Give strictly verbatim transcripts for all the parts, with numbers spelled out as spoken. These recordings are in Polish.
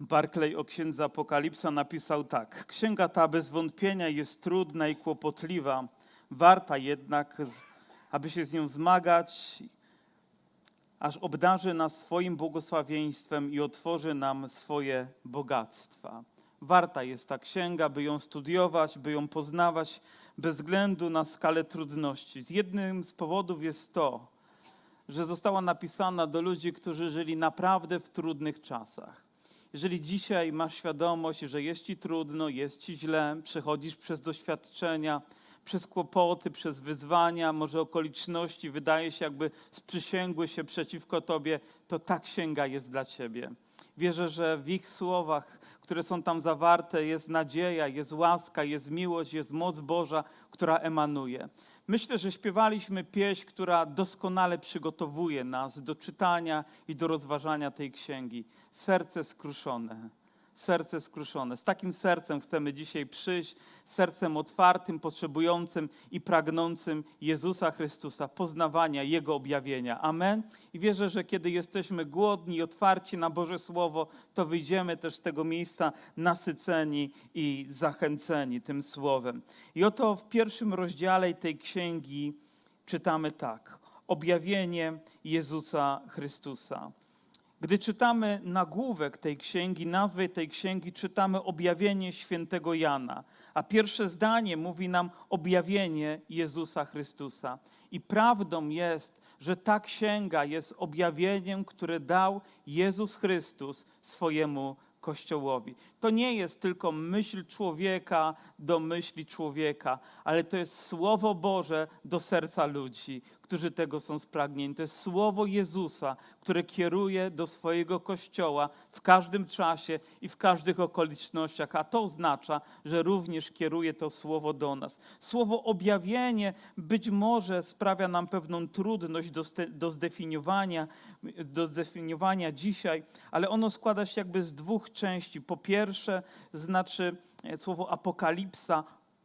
Barclay o księdze Apokalipsa napisał tak. Księga ta bez wątpienia jest trudna i kłopotliwa, warta jednak, aby się z nią zmagać, aż obdarzy nas swoim błogosławieństwem i otworzy nam swoje bogactwa. Warta jest ta księga, by ją studiować, by ją poznawać bez względu na skalę trudności. Z jednym z powodów jest to, że została napisana do ludzi, którzy żyli naprawdę w trudnych czasach. Jeżeli dzisiaj masz świadomość, że jest ci trudno, jest ci źle, przechodzisz przez doświadczenia, przez kłopoty, przez wyzwania, może okoliczności, wydaje się jakby sprzysięgły się przeciwko tobie, to ta księga jest dla ciebie. Wierzę, że w ich słowach, które są tam zawarte, jest nadzieja, jest łaska, jest miłość, jest moc Boża, która emanuje. Myślę, że śpiewaliśmy pieśń, która doskonale przygotowuje nas do czytania i do rozważania tej księgi. Serce skruszone. Serce skruszone. Z takim sercem chcemy dzisiaj przyjść, sercem otwartym, potrzebującym i pragnącym Jezusa Chrystusa, poznawania Jego objawienia. Amen. I wierzę, że kiedy jesteśmy głodni i otwarci na Boże Słowo, to wyjdziemy też z tego miejsca nasyceni i zachęceni tym Słowem. I oto w pierwszym rozdziale tej księgi czytamy tak. Objawienie Jezusa Chrystusa. Gdy czytamy nagłówek tej księgi, nazwę tej księgi, czytamy objawienie świętego Jana, a pierwsze zdanie mówi nam objawienie Jezusa Chrystusa. I prawdą jest, że ta księga jest objawieniem, które dał Jezus Chrystus swojemu Kościołowi. To nie jest tylko myśl człowieka do myśli człowieka, ale to jest Słowo Boże do serca ludzi, którzy tego są spragnieni. To jest Słowo Jezusa, które kieruje do swojego Kościoła w każdym czasie i w każdych okolicznościach, a to oznacza, że również kieruje to Słowo do nas. Słowo objawienie być może sprawia nam pewną trudność do, do, zdefiniowania, do zdefiniowania dzisiaj, ale ono składa się jakby z dwóch części. Po pierwsze znaczy słowo apokalipsa,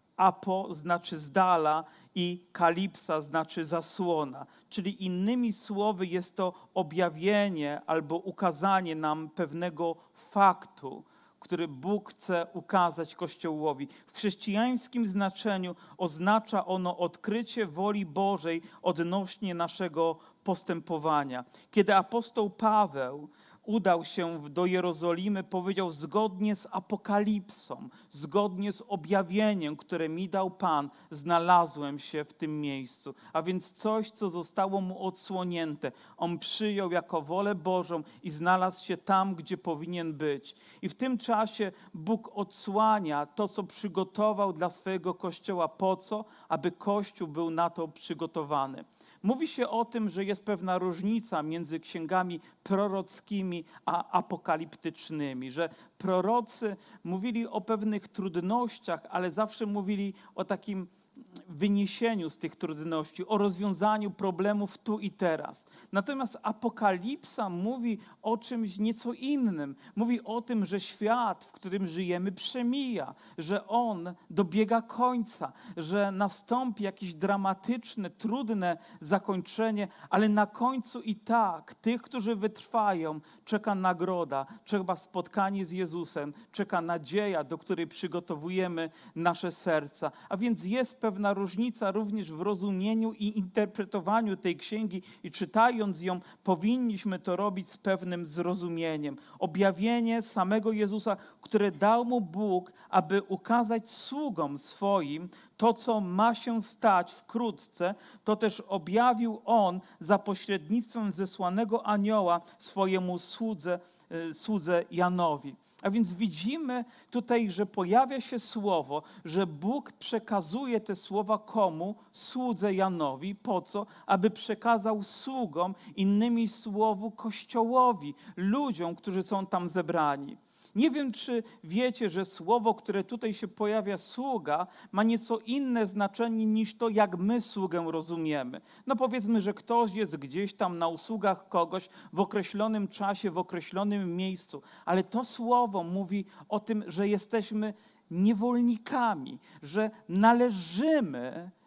apo znaczy z dala i kalipsa znaczy zasłona. Czyli innymi słowy jest to objawienie albo ukazanie nam pewnego faktu, który Bóg chce ukazać Kościołowi. W chrześcijańskim znaczeniu oznacza ono odkrycie woli Bożej odnośnie naszego postępowania. Kiedy apostoł Paweł udał się do Jerozolimy, powiedział zgodnie z apokalipsą, zgodnie z objawieniem, które mi dał Pan, znalazłem się w tym miejscu. A więc coś, co zostało mu odsłonięte. On przyjął jako wolę Bożą i znalazł się tam, gdzie powinien być. I w tym czasie Bóg odsłania to, co przygotował dla swojego Kościoła. Po co? Aby Kościół był na to przygotowany. Mówi się o tym, że jest pewna różnica między księgami prorockimi a apokaliptycznymi, że prorocy mówili o pewnych trudnościach, ale zawsze mówili o takim wyniesieniu z tych trudności, o rozwiązaniu problemów tu i teraz. Natomiast apokalipsa mówi o czymś nieco innym. Mówi o tym, że świat, w którym żyjemy, przemija, że on dobiega końca, że nastąpi jakieś dramatyczne, trudne zakończenie, ale na końcu i tak tych, którzy wytrwają, czeka nagroda, czeka spotkanie z Jezusem, czeka nadzieja, do której przygotowujemy nasze serca. A więc jest pewna różnica również w rozumieniu i interpretowaniu tej księgi i czytając ją, powinniśmy to robić z pewnym zrozumieniem. Objawienie samego Jezusa, które dał mu Bóg, aby ukazać sługom swoim to, co ma się stać wkrótce, to też objawił On za pośrednictwem zesłanego anioła swojemu słudze, słudze Janowi. A więc widzimy tutaj, że pojawia się słowo, że Bóg przekazuje te słowa komu? Słudze Janowi. Po co? Aby przekazał sługom, innymi słowy Kościołowi, ludziom, którzy są tam zebrani. Nie wiem, czy wiecie, że słowo, które tutaj się pojawia, sługa, ma nieco inne znaczenie niż to, jak my sługę rozumiemy. No powiedzmy, że ktoś jest gdzieś tam na usługach kogoś w określonym czasie, w określonym miejscu, ale to słowo mówi o tym, że jesteśmy niewolnikami, że należymy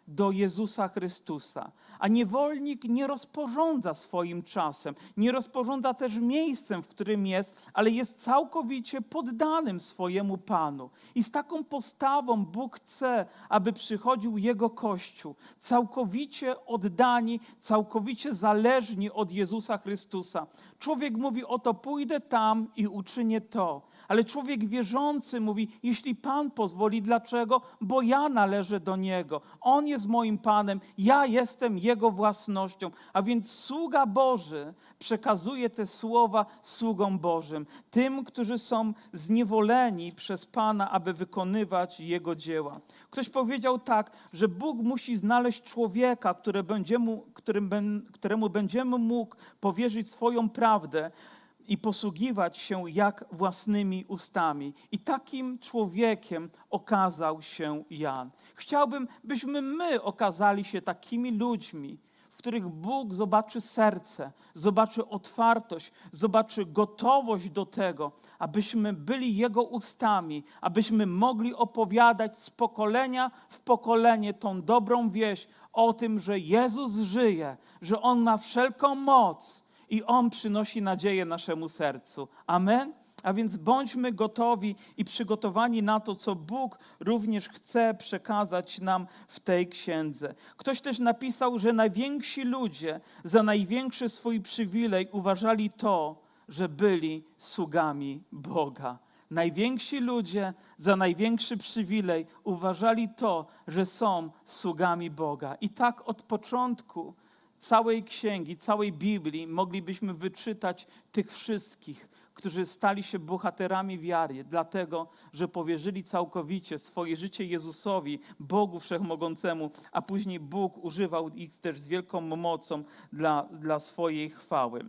do Jezusa Chrystusa. A niewolnik nie rozporządza swoim czasem, nie rozporządza też miejscem, w którym jest, ale jest całkowicie poddanym swojemu Panu. I z taką postawą Bóg chce, aby przychodził Jego Kościół, całkowicie oddani, całkowicie zależni od Jezusa Chrystusa. Człowiek mówi, oto pójdę tam i uczynię to. Ale człowiek wierzący mówi, jeśli Pan pozwoli, dlaczego? Bo ja należę do Niego. On jest moim Panem, ja jestem Jego własnością. A więc sługa Boży przekazuje te słowa sługom Bożym. Tym, którzy są zniewoleni przez Pana, aby wykonywać Jego dzieła. Ktoś powiedział tak, że Bóg musi znaleźć człowieka, który będzie mu, którym, któremu będziemy mógł powierzyć swoją prawdę, i posługiwać się jak własnymi ustami. I takim człowiekiem okazał się Jan. Chciałbym, byśmy my okazali się takimi ludźmi, w których Bóg zobaczy serce, zobaczy otwartość, zobaczy gotowość do tego, abyśmy byli Jego ustami, abyśmy mogli opowiadać z pokolenia w pokolenie tą dobrą wieść o tym, że Jezus żyje, że On ma wszelką moc, i On przynosi nadzieję naszemu sercu. Amen? A więc bądźmy gotowi i przygotowani na to, co Bóg również chce przekazać nam w tej księdze. Ktoś też napisał, że najwięksi ludzie za największy swój przywilej uważali to, że byli sługami Boga. Najwięksi ludzie za największy przywilej uważali to, że są sługami Boga. I tak od początku całej księgi, całej Biblii moglibyśmy wyczytać tych wszystkich, którzy stali się bohaterami wiary, dlatego, że powierzyli całkowicie swoje życie Jezusowi, Bogu Wszechmogącemu, a później Bóg używał ich też z wielką mocą dla, dla swojej chwały,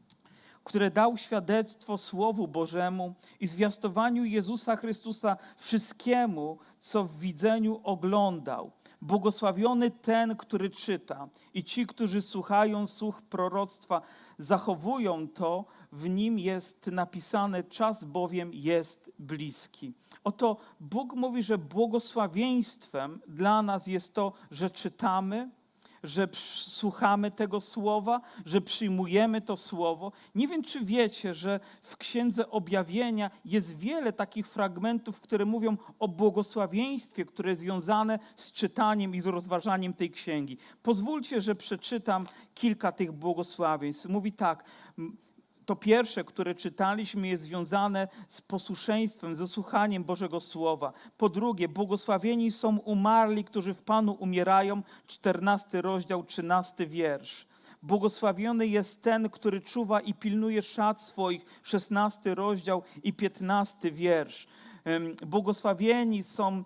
które dał świadectwo Słowu Bożemu i zwiastowaniu Jezusa Chrystusa wszystkiemu, co w widzeniu oglądał. Błogosławiony ten, który czyta i ci, którzy słuchają słów proroctwa, zachowują to, w nim jest napisane, czas bowiem jest bliski. Oto Bóg mówi, że błogosławieństwem dla nas jest to, że czytamy, że słuchamy tego słowa, że przyjmujemy to słowo. Nie wiem, czy wiecie, że w Księdze Objawienia jest wiele takich fragmentów, które mówią o błogosławieństwie, które jest związane z czytaniem i z rozważaniem tej księgi. Pozwólcie, że przeczytam kilka tych błogosławieństw. Mówi tak. To pierwsze, które czytaliśmy, jest związane z posłuszeństwem, ze słuchaniem Bożego Słowa. Po drugie, błogosławieni są umarli, którzy w Panu umierają. czternasty rozdział, trzynasty wiersz. Błogosławiony jest ten, który czuwa i pilnuje szat swoich. szesnasty rozdział i piętnasty wiersz. Błogosławieni są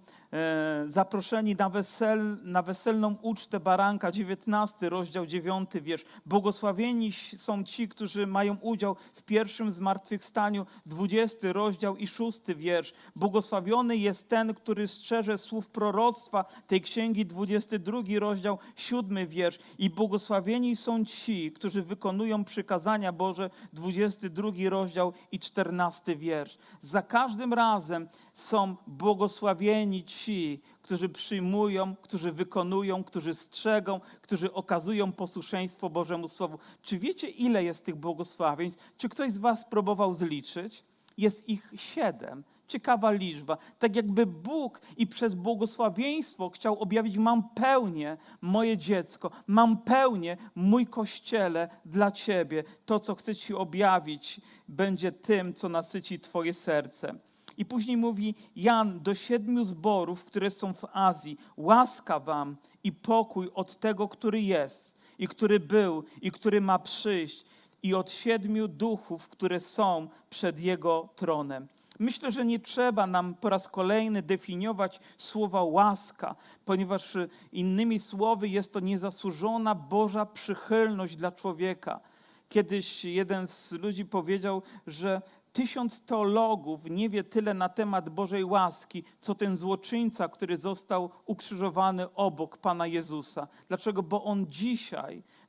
zaproszeni na, wesel, na weselną ucztę baranka, dziewiętnasty rozdział, dziewiąty wiersz. Błogosławieni są ci, którzy mają udział w pierwszym zmartwychwstaniu, dwudziesty rozdział i szósty wiersz. Błogosławiony jest ten, który strzeże słów proroctwa tej księgi, dwudziesty drugi rozdział, siódmy wiersz. I błogosławieni są ci, którzy wykonują przykazania Boże, dwudziesty drugi rozdział i czternasty wiersz. Za każdym razem są błogosławieni ci, którzy przyjmują, którzy wykonują, którzy strzegą, którzy okazują posłuszeństwo Bożemu Słowu. Czy wiecie, ile jest tych błogosławieństw? Czy ktoś z was próbował zliczyć? Jest ich siedem. Ciekawa liczba. Tak jakby Bóg i przez błogosławieństwo chciał objawić, mam pełnię, moje dziecko, mam pełnię, mój Kościele dla Ciebie. To, co chcę Ci objawić, będzie tym, co nasyci Twoje serce. I później mówi Jan do siedmiu zborów, które są w Azji. Łaska wam i pokój od tego, który jest i który był i który ma przyjść i od siedmiu duchów, które są przed Jego tronem. Myślę, że nie trzeba nam po raz kolejny definiować słowa łaska, ponieważ innymi słowy jest to niezasłużona Boża przychylność dla człowieka. Kiedyś jeden z ludzi powiedział, że tysiąc teologów nie wie tyle na temat Bożej łaski, co ten złoczyńca, który został ukrzyżowany obok Pana Jezusa. Dlaczego? Bo on dzisiaj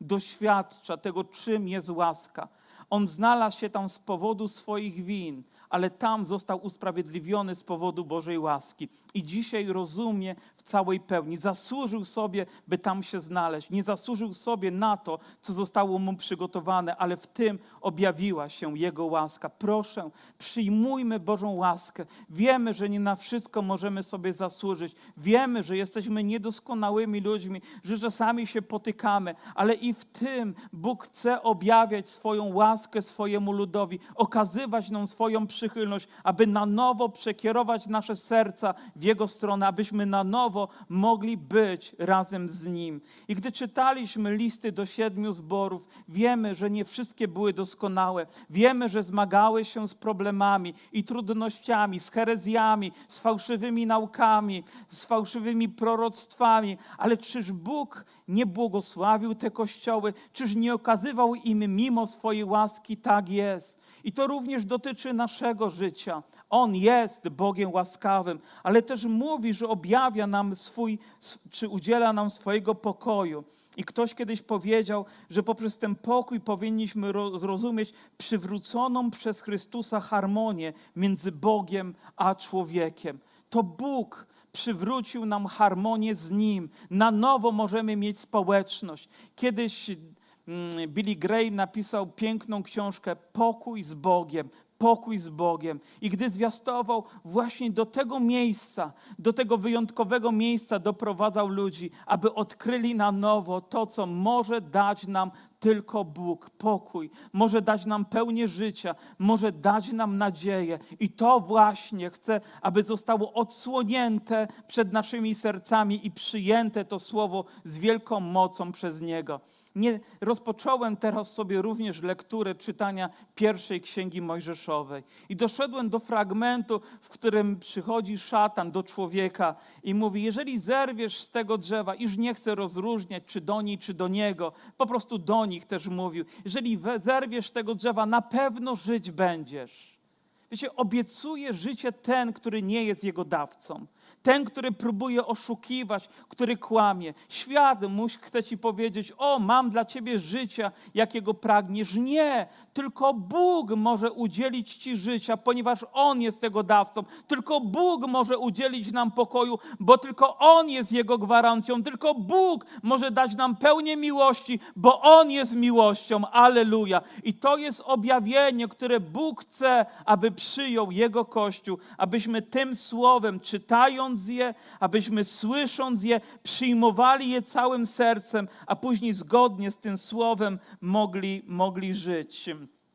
doświadcza tego, czym jest łaska. On znalazł się tam z powodu swoich win, ale tam został usprawiedliwiony z powodu Bożej łaski. I dzisiaj rozumie w całej pełni. Zasłużył sobie, by tam się znaleźć. Nie zasłużył sobie na to, co zostało mu przygotowane, ale w tym objawiła się Jego łaska. Proszę, przyjmujmy Bożą łaskę. Wiemy, że nie na wszystko możemy sobie zasłużyć. Wiemy, że jesteśmy niedoskonałymi ludźmi, że czasami się potykamy, ale i w tym Bóg chce objawiać swoją łaskę swojemu ludowi, okazywać nam swoją przychylność, aby na nowo przekierować nasze serca w Jego stronę, abyśmy na nowo mogli być razem z Nim. I gdy czytaliśmy listy do siedmiu zborów, wiemy, że nie wszystkie były doskonałe. Wiemy, że zmagały się z problemami i trudnościami, z herezjami, z fałszywymi naukami, z fałszywymi proroctwami, ale czyż Bóg nie błogosławił te kościoły? Czyż nie okazywał im mimo swojej łaski? Tak jest. I to również dotyczy naszego życia. On jest Bogiem łaskawym, ale też mówi, że objawia nam swój, czy udziela nam swojego pokoju. I ktoś kiedyś powiedział, że poprzez ten pokój powinniśmy zrozumieć przywróconą przez Chrystusa harmonię między Bogiem a człowiekiem. To Bóg przywrócił nam harmonię z Nim. Na nowo możemy mieć społeczność. Kiedyś Billy Graham napisał piękną książkę Pokój z Bogiem. Pokój z Bogiem. I gdy zwiastował, właśnie do tego miejsca, do tego wyjątkowego miejsca doprowadzał ludzi, aby odkryli na nowo to, co może dać nam tylko Bóg. Pokój. Może dać nam pełnię życia. Może dać nam nadzieję. I to właśnie chcę, aby zostało odsłonięte przed naszymi sercami i przyjęte to słowo z wielką mocą przez Niego. Nie, rozpocząłem teraz sobie również lekturę czytania pierwszej Księgi Mojżeszowej i doszedłem do fragmentu, w którym przychodzi szatan do człowieka i mówi, jeżeli zerwiesz z tego drzewa, iż nie chcę rozróżniać, czy do niej, czy do niego, po prostu do nich też mówił, jeżeli zerwiesz z tego drzewa, na pewno żyć będziesz. Wiecie, obiecuje życie ten, który nie jest jego dawcą. Ten, który próbuje oszukiwać, który kłamie. Świat musi, chce ci powiedzieć, o, mam dla ciebie życia, jakiego pragniesz. Nie, tylko Bóg może udzielić ci życia, ponieważ On jest tego dawcą. Tylko Bóg może udzielić nam pokoju, bo tylko On jest jego gwarancją. Tylko Bóg może dać nam pełnię miłości, bo On jest miłością. Alleluja. I to jest objawienie, które Bóg chce, aby przyjął Jego Kościół, abyśmy tym słowem, czytając je, abyśmy słysząc je, przyjmowali je całym sercem, a później zgodnie z tym słowem mogli, mogli żyć.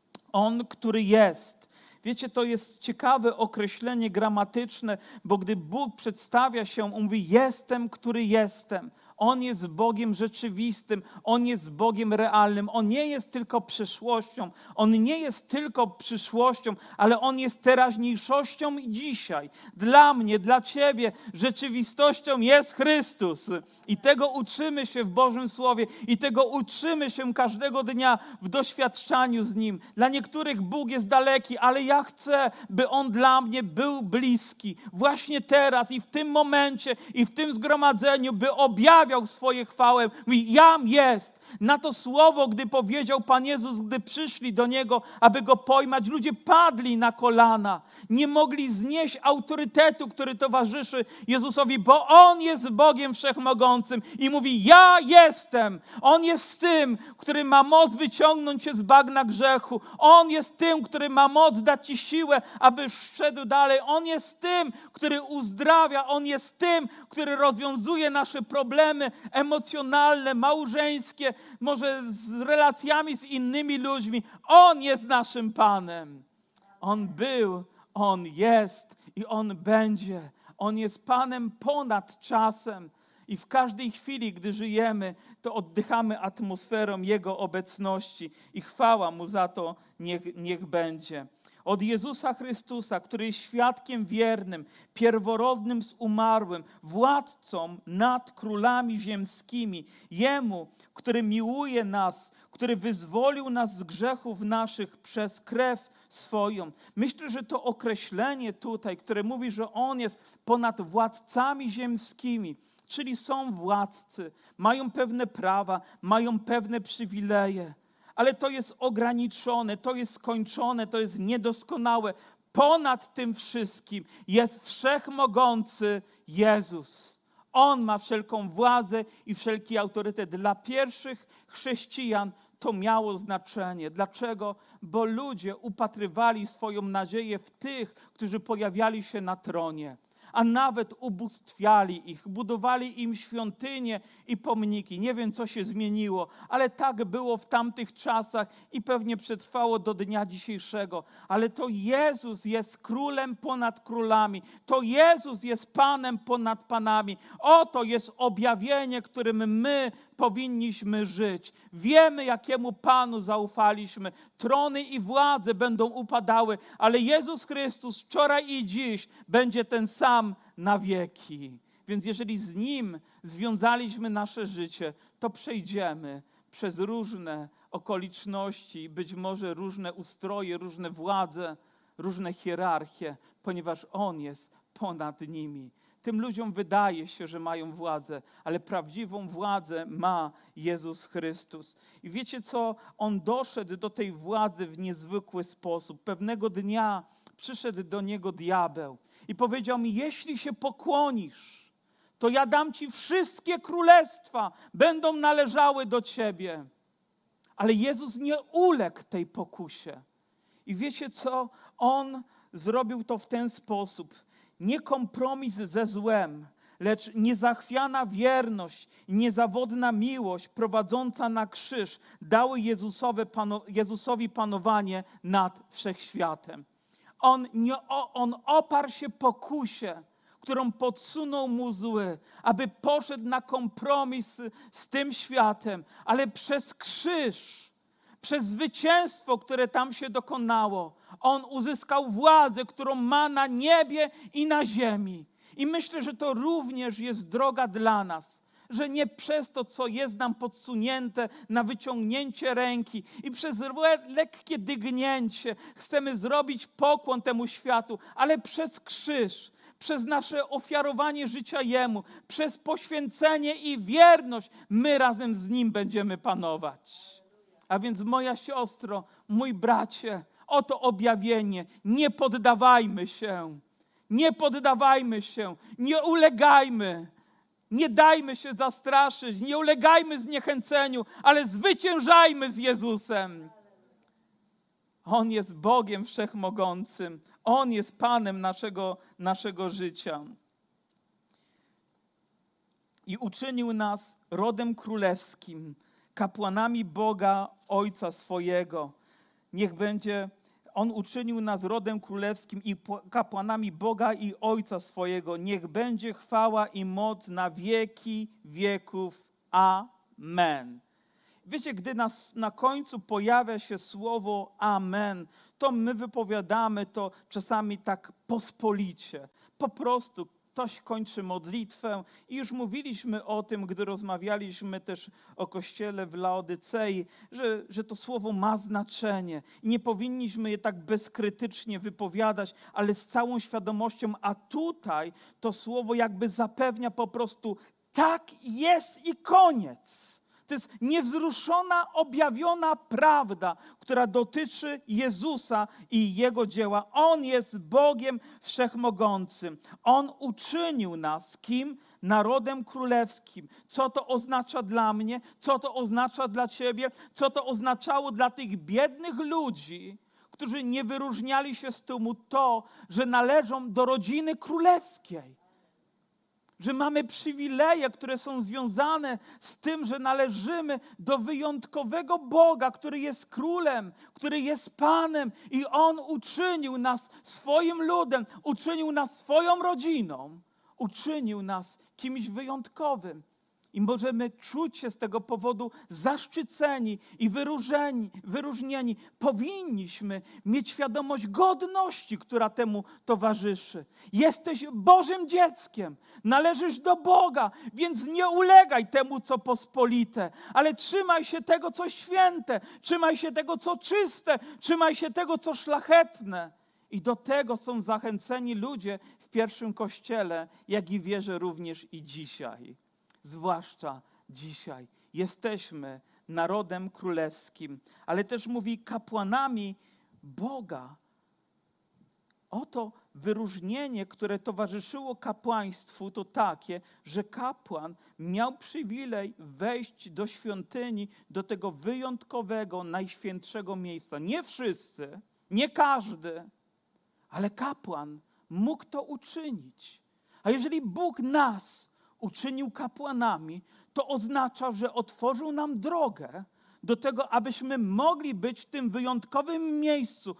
On, który jest. Wiecie, to jest ciekawe określenie gramatyczne, bo gdy Bóg przedstawia się, on mówi, jestem, który jestem. On jest Bogiem rzeczywistym, On jest Bogiem realnym. On nie jest tylko przeszłością, On nie jest tylko przyszłością, ale On jest teraźniejszością i dzisiaj. Dla mnie, dla Ciebie rzeczywistością jest Chrystus. I tego uczymy się w Bożym Słowie i tego uczymy się każdego dnia w doświadczaniu z Nim. Dla niektórych Bóg jest daleki, ale ja chcę, by On dla mnie był bliski. Właśnie teraz i w tym momencie i w tym zgromadzeniu, by objawić swoje chwałę. Mówi, jam jest. Na to słowo, gdy powiedział Pan Jezus, gdy przyszli do Niego, aby Go pojmać, ludzie padli na kolana. Nie mogli znieść autorytetu, który towarzyszy Jezusowi, bo On jest Bogiem Wszechmogącym i mówi, ja jestem. On jest tym, który ma moc wyciągnąć cię z bagna grzechu. On jest tym, który ma moc dać ci siłę, abyś szedł dalej. On jest tym, który uzdrawia. On jest tym, który rozwiązuje nasze problemy emocjonalne, małżeńskie, może z relacjami z innymi ludźmi. On jest naszym Panem. On był, On jest i On będzie. On jest Panem ponad czasem. I w każdej chwili, gdy żyjemy, to oddychamy atmosferą Jego obecności i chwała Mu za to niech, niech będzie. Od Jezusa Chrystusa, który jest świadkiem wiernym, pierworodnym z umarłym, władcą nad królami ziemskimi, Jemu, który miłuje nas, który wyzwolił nas z grzechów naszych przez krew swoją. Myślę, że to określenie tutaj, które mówi, że On jest ponad władcami ziemskimi, czyli są władcy, mają pewne prawa, mają pewne przywileje, ale to jest ograniczone, to jest skończone, to jest niedoskonałe. Ponad tym wszystkim jest wszechmogący Jezus. On ma wszelką władzę i wszelki autorytet. Dla pierwszych chrześcijan to miało znaczenie. Dlaczego? Bo ludzie upatrywali swoją nadzieję w tych, którzy pojawiali się na tronie, a nawet ubóstwiali ich, budowali im świątynie i pomniki. Nie wiem, co się zmieniło, ale tak było w tamtych czasach i pewnie przetrwało do dnia dzisiejszego. Ale to Jezus jest królem ponad królami. To Jezus jest Panem ponad panami. Oto jest objawienie, którym my powinniśmy żyć. Wiemy, jakiemu Panu zaufaliśmy. Trony i władze będą upadały, ale Jezus Chrystus wczoraj i dziś będzie ten sam na wieki. Więc jeżeli z Nim związaliśmy nasze życie, to przejdziemy przez różne okoliczności, być może różne ustroje, różne władze, różne hierarchie, ponieważ On jest ponad nimi. Tym ludziom wydaje się, że mają władzę, ale prawdziwą władzę ma Jezus Chrystus. I wiecie co? On doszedł do tej władzy w niezwykły sposób. Pewnego dnia przyszedł do Niego diabeł i powiedział mi, jeśli się pokłonisz, to ja dam Ci wszystkie królestwa, będą należały do Ciebie. Ale Jezus nie uległ tej pokusie. I wiecie co? On zrobił to w ten sposób. Nie kompromis ze złem, lecz niezachwiana wierność i niezawodna miłość prowadząca na krzyż dały Jezusowe pano, Jezusowi panowanie nad wszechświatem. On, nie, on oparł się pokusie, którą podsunął mu zły, aby poszedł na kompromis z tym światem, ale przez krzyż, przez zwycięstwo, które tam się dokonało, on uzyskał władzę, którą ma na niebie i na ziemi. I myślę, że to również jest droga dla nas, że nie przez to, co jest nam podsunięte na wyciągnięcie ręki i przez lekkie dygnięcie chcemy zrobić pokłon temu światu, ale przez krzyż, przez nasze ofiarowanie życia Jemu, przez poświęcenie i wierność, my razem z Nim będziemy panować. A więc moja siostro, mój bracie, oto objawienie. Nie poddawajmy się, nie poddawajmy się, nie ulegajmy, nie dajmy się zastraszyć, nie ulegajmy zniechęceniu, ale zwyciężajmy z Jezusem. On jest Bogiem Wszechmogącym, On jest Panem naszego, naszego życia. I uczynił nas rodem królewskim, kapłanami Boga Ojca swojego. Niech będzie, On uczynił nas rodem królewskim i kapłanami Boga i Ojca swojego. Niech będzie chwała i moc na wieki wieków. Amen. Wiecie, gdy nas na końcu pojawia się słowo amen, to my wypowiadamy to czasami tak pospolicie. Po prostu ktoś kończy modlitwę i już mówiliśmy o tym, gdy rozmawialiśmy też o kościele w Laodycei, że, że to słowo ma znaczenie i nie powinniśmy je tak bezkrytycznie wypowiadać, ale z całą świadomością, a tutaj to słowo jakby zapewnia po prostu tak jest i koniec. To jest niewzruszona, objawiona prawda, która dotyczy Jezusa i Jego dzieła. On jest Bogiem Wszechmogącym. On uczynił nas kim? Narodem królewskim. Co to oznacza dla mnie? Co to oznacza dla Ciebie? Co to oznaczało dla tych biednych ludzi, którzy nie wyróżniali się z tłumu? To, że należą do rodziny królewskiej. Że mamy przywileje, które są związane z tym, że należymy do wyjątkowego Boga, który jest królem, który jest Panem i On uczynił nas swoim ludem, uczynił nas swoją rodziną, uczynił nas kimś wyjątkowym. I możemy czuć się z tego powodu zaszczyceni i wyróżnieni, wyróżnieni. Powinniśmy mieć świadomość godności, która temu towarzyszy. Jesteś Bożym dzieckiem, należysz do Boga, więc nie ulegaj temu, co pospolite, ale trzymaj się tego, co święte, trzymaj się tego, co czyste, trzymaj się tego, co szlachetne. I do tego są zachęceni ludzie w pierwszym kościele, jak i wierzę również i dzisiaj. Zwłaszcza dzisiaj. Jesteśmy narodem królewskim, ale też mówi kapłanami Boga. Oto wyróżnienie, które towarzyszyło kapłaństwu, to takie, że kapłan miał przywilej wejść do świątyni, do tego wyjątkowego, najświętszego miejsca. Nie wszyscy, nie każdy, ale kapłan mógł to uczynić. A jeżeli Bóg nas uczynił kapłanami, to oznacza, że otworzył nam drogę do tego, abyśmy mogli być w tym wyjątkowym miejscu,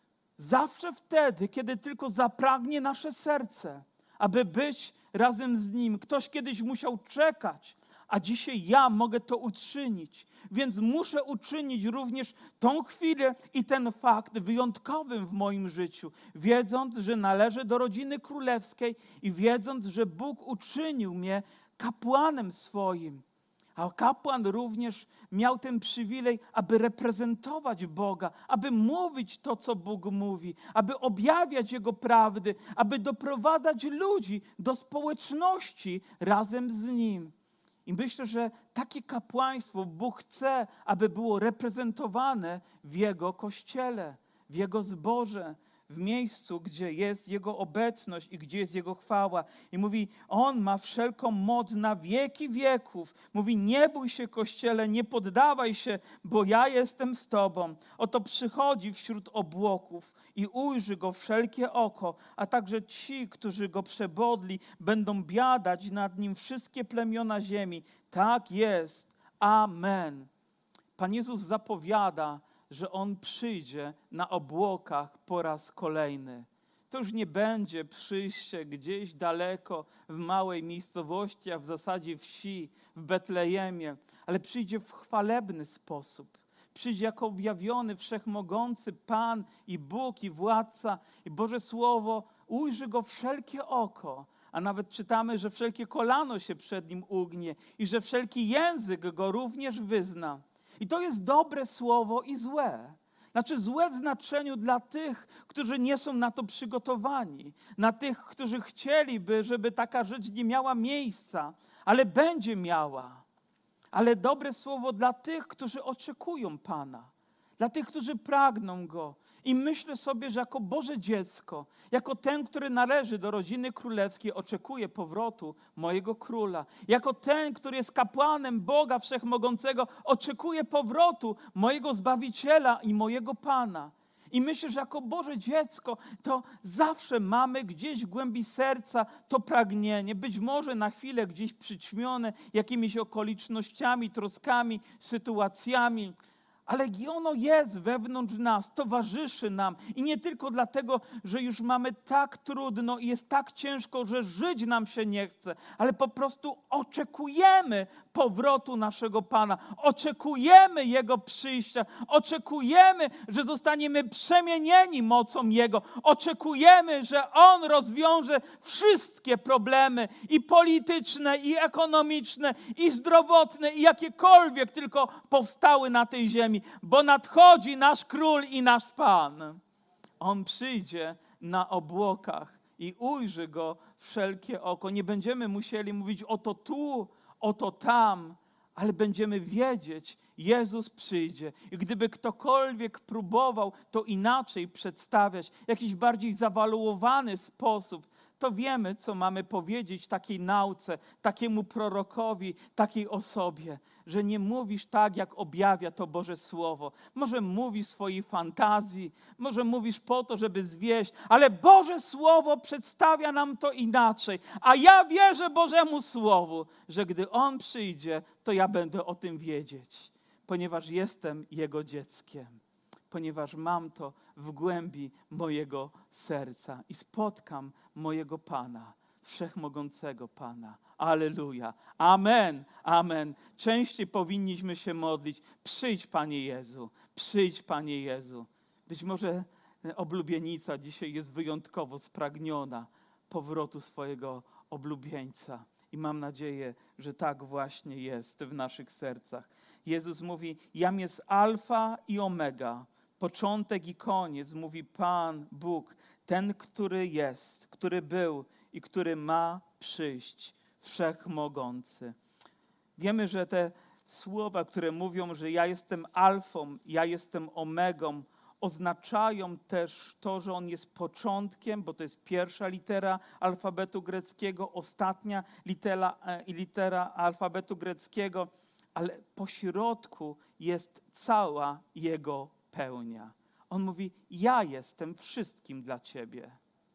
zawsze wtedy, kiedy tylko zapragnie nasze serce, aby być razem z Nim. Ktoś kiedyś musiał czekać, a dzisiaj ja mogę to uczynić. Więc muszę uczynić również tą chwilę i ten fakt wyjątkowym w moim życiu, wiedząc, że należę do rodziny królewskiej i wiedząc, że Bóg uczynił mnie kapłanem swoim. A kapłan również miał ten przywilej, aby reprezentować Boga, aby mówić to, co Bóg mówi, aby objawiać Jego prawdy, aby doprowadzać ludzi do społeczności razem z Nim. I myślę, że takie kapłaństwo Bóg chce, aby było reprezentowane w Jego Kościele, w Jego zborze, w miejscu, gdzie jest Jego obecność i gdzie jest Jego chwała. I mówi, On ma wszelką moc na wieki wieków. Mówi, nie bój się, Kościele, nie poddawaj się, bo ja jestem z Tobą. Oto przychodzi wśród obłoków i ujrzy Go wszelkie oko, a także ci, którzy Go przebodli, będą biadać nad Nim wszystkie plemiona ziemi. Tak jest. Amen. Pan Jezus zapowiada, że On przyjdzie na obłokach po raz kolejny. To już nie będzie przyjście gdzieś daleko, w małej miejscowości, a w zasadzie wsi, w Betlejemie, ale przyjdzie w chwalebny sposób. Przyjdzie jako objawiony, wszechmogący Pan i Bóg i Władca i Boże Słowo. Ujrzy Go wszelkie oko, a nawet czytamy, że wszelkie kolano się przed Nim ugnie i że wszelki język Go również wyzna. I to jest dobre słowo i złe. Znaczy złe w znaczeniu dla tych, którzy nie są na to przygotowani. Na tych, którzy chcieliby, żeby taka rzecz nie miała miejsca, ale będzie miała. Ale dobre słowo dla tych, którzy oczekują Pana. Dla tych, którzy pragną Go. I myślę sobie, że jako Boże dziecko, jako ten, który należy do rodziny królewskiej, oczekuję powrotu mojego króla. Jako ten, który jest kapłanem Boga Wszechmogącego, oczekuję powrotu mojego Zbawiciela i mojego Pana. I myślę, że jako Boże dziecko to zawsze mamy gdzieś w głębi serca to pragnienie, być może na chwilę gdzieś przyćmione jakimiś okolicznościami, troskami, sytuacjami, ale ono jest wewnątrz nas, towarzyszy nam i nie tylko dlatego, że już mamy tak trudno i jest tak ciężko, że żyć nam się nie chce, ale po prostu oczekujemy powrotu naszego Pana, oczekujemy Jego przyjścia, oczekujemy, że zostaniemy przemienieni mocą Jego, oczekujemy, że On rozwiąże wszystkie problemy i polityczne, i ekonomiczne, i zdrowotne, i jakiekolwiek tylko powstały na tej ziemi. Bo nadchodzi nasz Król i nasz Pan. On przyjdzie na obłokach i ujrzy Go wszelkie oko. Nie będziemy musieli mówić oto tu, oto tam, ale będziemy wiedzieć, Jezus przyjdzie. I gdyby ktokolwiek próbował to inaczej przedstawiać, w jakiś bardziej zawaluowany sposób, to wiemy, co mamy powiedzieć takiej nauce, takiemu prorokowi, takiej osobie, że nie mówisz tak, jak objawia to Boże Słowo. Może mówisz swojej fantazji, może mówisz po to, żeby zwieść, ale Boże Słowo przedstawia nam to inaczej. A ja wierzę Bożemu Słowu, że gdy On przyjdzie, to ja będę o tym wiedzieć, ponieważ jestem Jego dzieckiem. Ponieważ mam to w głębi mojego serca i spotkam mojego Pana, Wszechmogącego Pana. Alleluja. Amen. Amen. Częściej powinniśmy się modlić. Przyjdź, Panie Jezu. Przyjdź, Panie Jezu. Być może oblubienica dzisiaj jest wyjątkowo spragniona powrotu swojego oblubieńca. I mam nadzieję, że tak właśnie jest w naszych sercach. Jezus mówi, jam jest alfa i omega, początek i koniec, mówi Pan Bóg, ten, który jest, który był i który ma przyjść, wszechmogący. Wiemy, że te słowa, które mówią, że ja jestem alfą, ja jestem omegą, oznaczają też to, że On jest początkiem, bo to jest pierwsza litera alfabetu greckiego, ostatnia litera, litera alfabetu greckiego, ale po środku jest cała Jego pełnia. On mówi, ja jestem wszystkim dla ciebie.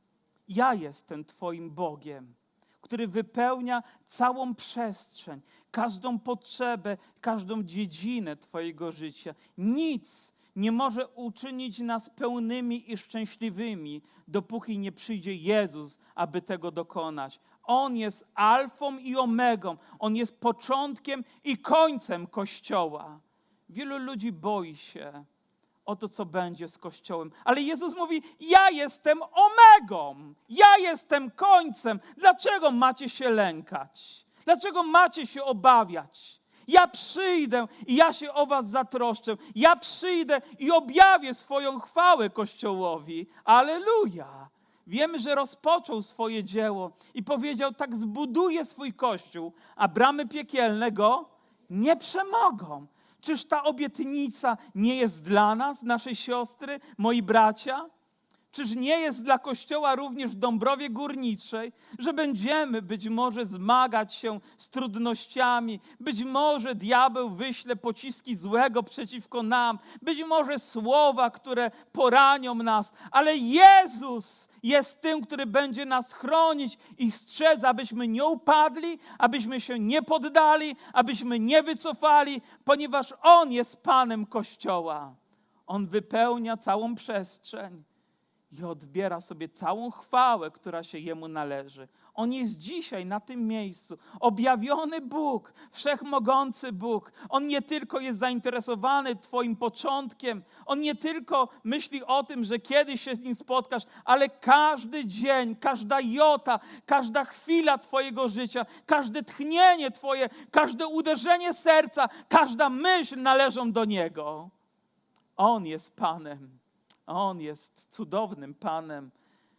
Ja jestem twoim Bogiem, który wypełnia całą przestrzeń, każdą potrzebę, każdą dziedzinę twojego życia. Nic nie może uczynić nas pełnymi i szczęśliwymi, dopóki nie przyjdzie Jezus, aby tego dokonać. On jest alfą i omegą. On jest początkiem i końcem Kościoła. Wielu ludzi boi się o to, co będzie z Kościołem. Ale Jezus mówi, ja jestem omegą, ja jestem końcem. Dlaczego macie się lękać? Dlaczego macie się obawiać? Ja przyjdę i ja się o was zatroszczę. Ja przyjdę i objawię swoją chwałę Kościołowi. Alleluja! Wiemy, że rozpoczął swoje dzieło i powiedział, tak zbuduje swój Kościół, a bramy piekielne go nie przemogą. Czyż ta obietnica nie jest dla nas, naszej siostry, moi bracia? Czyż nie jest dla Kościoła również w Dąbrowie Górniczej, że będziemy być może zmagać się z trudnościami, być może diabeł wyśle pociski złego przeciwko nam, być może słowa, które poranią nas, ale Jezus jest tym, który będzie nas chronić i strzec, abyśmy nie upadli, abyśmy się nie poddali, abyśmy nie wycofali, ponieważ On jest Panem Kościoła. On wypełnia całą przestrzeń i odbiera sobie całą chwałę, która się Jemu należy. On jest dzisiaj na tym miejscu. Objawiony Bóg, wszechmogący Bóg. On nie tylko jest zainteresowany twoim początkiem, On nie tylko myśli o tym, że kiedyś się z Nim spotkasz, ale każdy dzień, każda jota, każda chwila twojego życia, każde tchnienie twoje, każde uderzenie serca, każda myśl należą do Niego. On jest Panem. On jest cudownym Panem,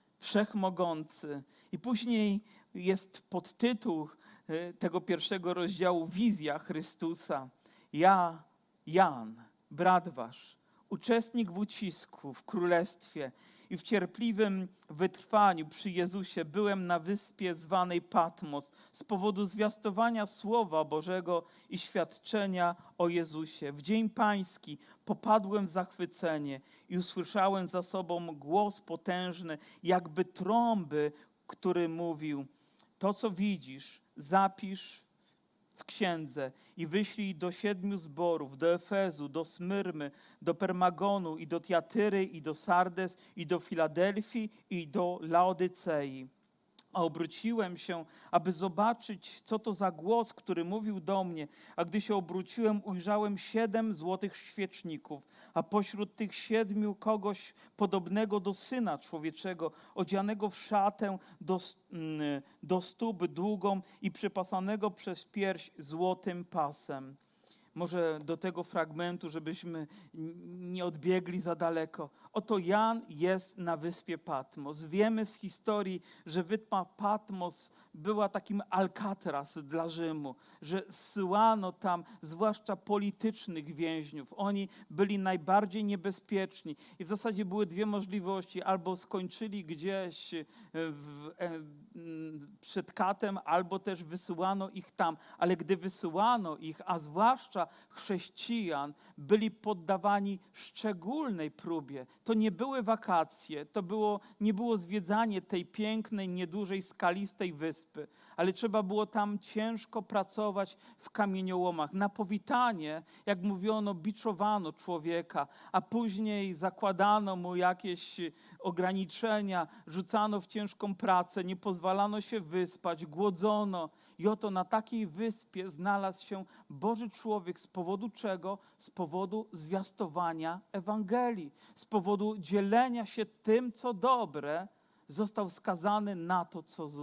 wszechmogący. I później jest podtytuł tego pierwszego rozdziału Wizja Chrystusa. Ja, Jan, brat wasz, uczestnik w ucisku, w królestwie i w cierpliwym wytrwaniu przy Jezusie byłem na wyspie zwanej Patmos z powodu zwiastowania Słowa Bożego i świadczenia o Jezusie. W dzień pański popadłem w zachwycenie i usłyszałem za sobą głos potężny, jakby trąby, który mówił, to co widzisz, zapisz w księdze i wyślij do siedmiu zborów, do Efezu, do Smyrmy, do Permagonu i do Tiatyry i do Sardes i do Filadelfii i do Laodycei. A obróciłem się, aby zobaczyć, co to za głos, który mówił do mnie. A gdy się obróciłem, ujrzałem siedem złotych świeczników, a pośród tych siedmiu kogoś podobnego do Syna Człowieczego, odzianego w szatę do, do stóp długą i przypasanego przez pierś złotym pasem. Może do tego fragmentu, żebyśmy nie odbiegli za daleko. Oto Jan jest na wyspie Patmos. Wiemy z historii, że wyspa Patmos była takim Alcatraz dla Rzymu, że zsyłano tam zwłaszcza politycznych więźniów. Oni byli najbardziej niebezpieczni i w zasadzie były dwie możliwości. Albo skończyli gdzieś w, przed katem, albo też wysyłano ich tam. Ale gdy wysyłano ich, a zwłaszcza chrześcijan, byli poddawani szczególnej próbie. To nie były wakacje, to było, nie było zwiedzanie tej pięknej, niedużej, skalistej wyspy, ale trzeba było tam ciężko pracować w kamieniołomach. Na powitanie, jak mówiono, biczowano człowieka, a później zakładano mu jakieś ograniczenia, rzucano w ciężką pracę, nie pozwalano się wyspać, głodzono. I oto na takiej wyspie znalazł się Boży człowiek, z powodu czego? Z powodu zwiastowania Ewangelii, z powodu dzielenia się tym, co dobre, został skazany na to, co złe.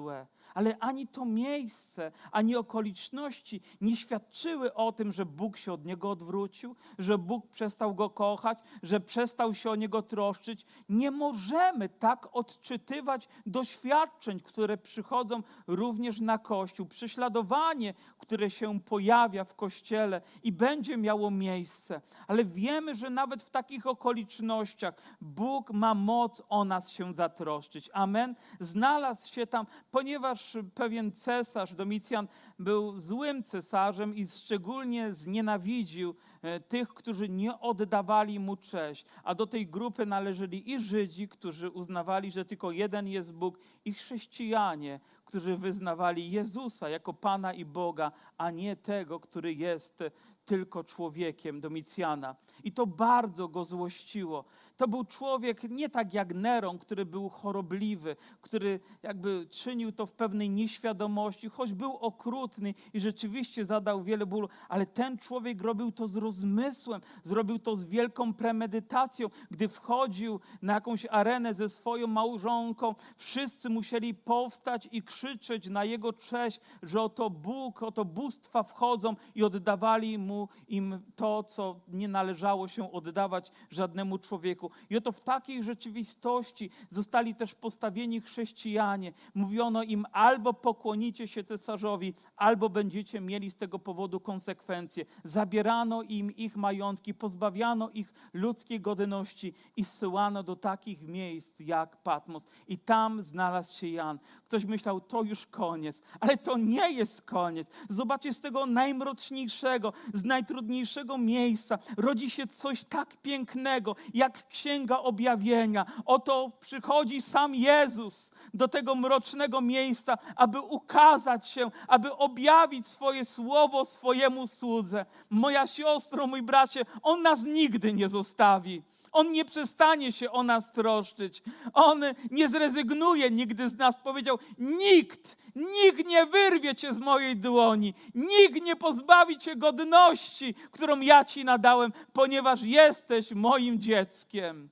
Ale ani to miejsce, ani okoliczności nie świadczyły o tym, że Bóg się od niego odwrócił, że Bóg przestał go kochać, że przestał się o niego troszczyć. Nie możemy tak odczytywać doświadczeń, które przychodzą również na Kościół. Prześladowanie, które się pojawia w Kościele i będzie miało miejsce. Ale wiemy, że nawet w takich okolicznościach Bóg ma moc o nas się zatroszczyć. Amen. Znalazł się tam, ponieważ pewien cesarz, Domicjan, był złym cesarzem i szczególnie znienawidził tych, którzy nie oddawali mu cześć. A do tej grupy należeli i Żydzi, którzy uznawali, że tylko jeden jest Bóg, i chrześcijanie, którzy wyznawali Jezusa jako Pana i Boga, a nie tego, który jest tylko człowiekiem, Domicjana. I to bardzo go złościło. To był człowiek nie tak jak Neron, który był chorobliwy, który jakby czynił to w pewnej nieświadomości, choć był okrutny i rzeczywiście zadał wiele bólu, ale ten człowiek robił to z rozmysłem, zrobił to z wielką premedytacją. Gdy wchodził na jakąś arenę ze swoją małżonką, wszyscy musieli powstać i krzyczeć na jego cześć, że oto Bóg, oto bóstwa wchodzą i oddawali mu im to, co nie należało się oddawać żadnemu człowieku. I oto w takiej rzeczywistości zostali też postawieni chrześcijanie. Mówiono im: albo pokłonicie się cesarzowi, albo będziecie mieli z tego powodu konsekwencje. Zabierano im ich majątki, pozbawiano ich ludzkiej godności i zsyłano do takich miejsc jak Patmos. I tam znalazł się Jan. Ktoś myślał, to już koniec, ale to nie jest koniec. Zobaczcie, z tego najmroczniejszego, z najtrudniejszego miejsca rodzi się coś tak pięknego, jak Księga Objawienia. Oto przychodzi sam Jezus do tego mrocznego miejsca, aby ukazać się, aby objawić swoje słowo swojemu słudze. Moja siostro, mój bracie, On nas nigdy nie zostawi. On nie przestanie się o nas troszczyć. On nie zrezygnuje nigdy z nas. Powiedział: nikt, nikt nie wyrwie cię z mojej dłoni. Nikt nie pozbawi cię godności, którą ja ci nadałem, ponieważ jesteś moim dzieckiem.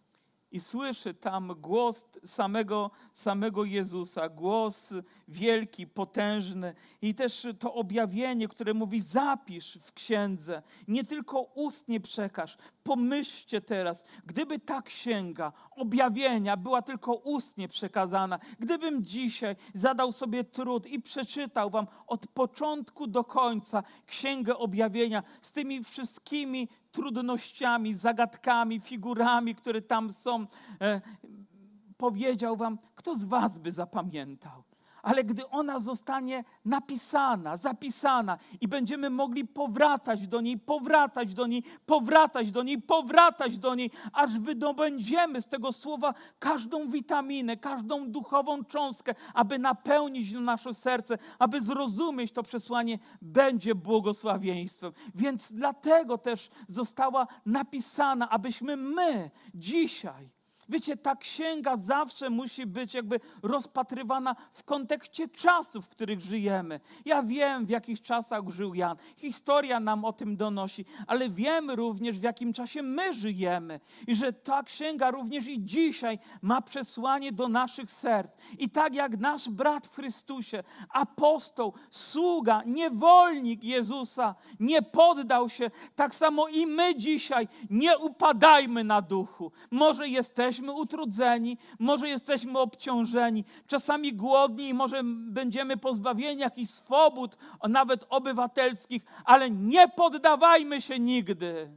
I słyszy tam głos samego, samego Jezusa, głos wielki, potężny i też to objawienie, które mówi: zapisz w księdze, nie tylko ustnie przekaż. Pomyślcie teraz, gdyby ta księga objawienia była tylko ustnie przekazana, gdybym dzisiaj zadał sobie trud i przeczytał wam od początku do końca księgę objawienia z tymi wszystkimi trudnościami, zagadkami, figurami, które tam są, e, powiedział wam, kto z was by zapamiętał? Ale gdy ona zostanie napisana, zapisana i będziemy mogli powracać do niej, powracać do niej, powracać do niej, powracać do niej, aż wydobędziemy z tego słowa każdą witaminę, każdą duchową cząstkę, aby napełnić nasze serce, aby zrozumieć to przesłanie, będzie błogosławieństwem. Więc dlatego też została napisana, abyśmy my dzisiaj, wiecie, ta księga zawsze musi być jakby rozpatrywana w kontekście czasów, w których żyjemy. Ja wiem, w jakich czasach żył Jan. Historia nam o tym donosi, ale wiemy również, w jakim czasie my żyjemy. I że ta księga również i dzisiaj ma przesłanie do naszych serc. I tak jak nasz brat w Chrystusie, apostoł, sługa, niewolnik Jezusa nie poddał się, tak samo i my dzisiaj nie upadajmy na duchu. Może jesteśmy Jesteśmy utrudzeni, może jesteśmy obciążeni, czasami głodni i może będziemy pozbawieni jakichś swobód, nawet obywatelskich, ale nie poddawajmy się nigdy.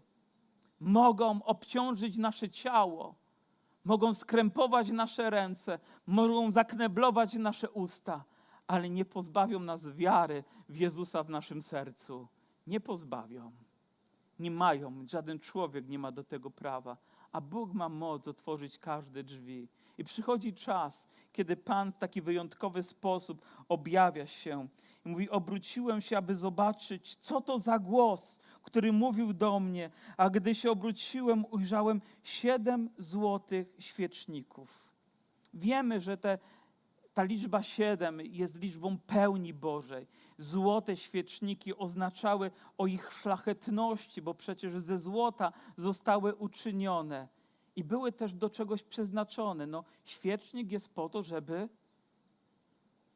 Mogą obciążyć nasze ciało, mogą skrępować nasze ręce, mogą zakneblować nasze usta, ale nie pozbawią nas wiary w Jezusa w naszym sercu. Nie pozbawią. Nie mają, żaden człowiek nie ma do tego prawa. A Bóg ma moc otworzyć każde drzwi. I przychodzi czas, kiedy Pan w taki wyjątkowy sposób objawia się. I mówi: obróciłem się, aby zobaczyć, co to za głos, który mówił do mnie. A gdy się obróciłem, ujrzałem siedem złotych świeczników. Wiemy, że te Ta liczba siedem jest liczbą pełni Bożej. Złote świeczniki oznaczały o ich szlachetności, bo przecież ze złota zostały uczynione i były też do czegoś przeznaczone. No, świecznik jest po to, żeby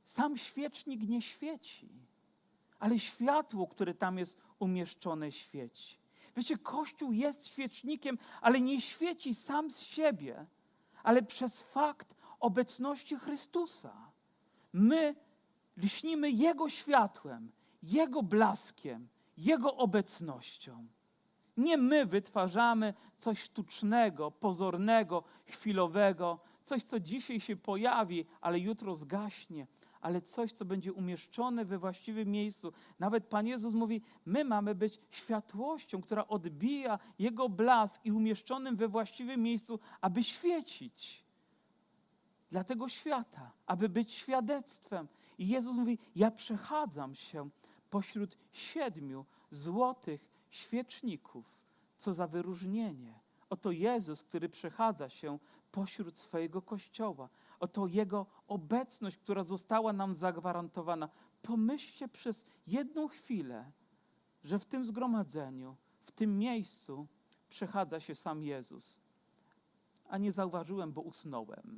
Sam świecznik nie świeci, ale światło, które tam jest umieszczone, świeci. Wiecie, Kościół jest świecznikiem, ale nie świeci sam z siebie, ale przez fakt obecności Chrystusa. My lśnimy Jego światłem, Jego blaskiem, Jego obecnością. Nie my wytwarzamy coś sztucznego, pozornego, chwilowego, coś, co dzisiaj się pojawi, ale jutro zgaśnie, ale coś, co będzie umieszczone we właściwym miejscu. Nawet Pan Jezus mówi, my mamy być światłością, która odbija Jego blask i umieszczonym we właściwym miejscu, aby świecić dla tego świata, aby być świadectwem. I Jezus mówi, ja przechadzam się pośród siedmiu złotych świeczników. Co za wyróżnienie. Oto Jezus, który przechadza się pośród swojego Kościoła. Oto Jego obecność, która została nam zagwarantowana. Pomyślcie przez jedną chwilę, że w tym zgromadzeniu, w tym miejscu przechadza się sam Jezus. A nie zauważyłem, bo usnąłem.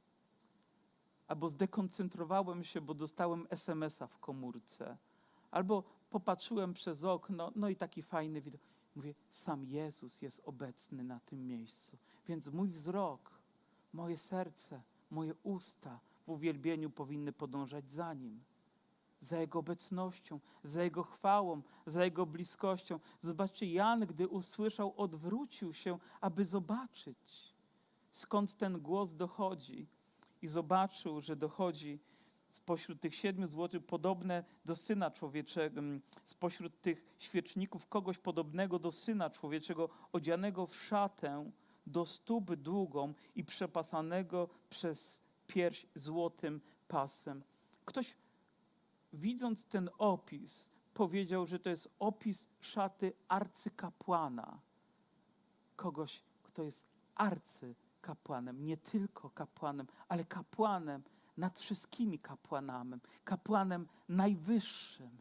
Albo zdekoncentrowałem się, bo dostałem es em es a w komórce. Albo popatrzyłem przez okno, no i taki fajny widok. Mówię, sam Jezus jest obecny na tym miejscu. Więc mój wzrok, moje serce, moje usta w uwielbieniu powinny podążać za Nim. Za Jego obecnością, za Jego chwałą, za Jego bliskością. Zobaczcie, Jan, gdy usłyszał, odwrócił się, aby zobaczyć, skąd ten głos dochodzi. I zobaczył, że dochodzi spośród tych siedmiu złotych podobne do Syna Człowieczego, spośród tych świeczników kogoś podobnego do Syna Człowieczego, odzianego w szatę do stóp długą i przepasanego przez pierś złotym pasem. Ktoś, widząc ten opis, powiedział, że to jest opis szaty arcykapłana. Kogoś, kto jest arcykapłanem, nie tylko kapłanem, ale kapłanem nad wszystkimi kapłanami, kapłanem najwyższym.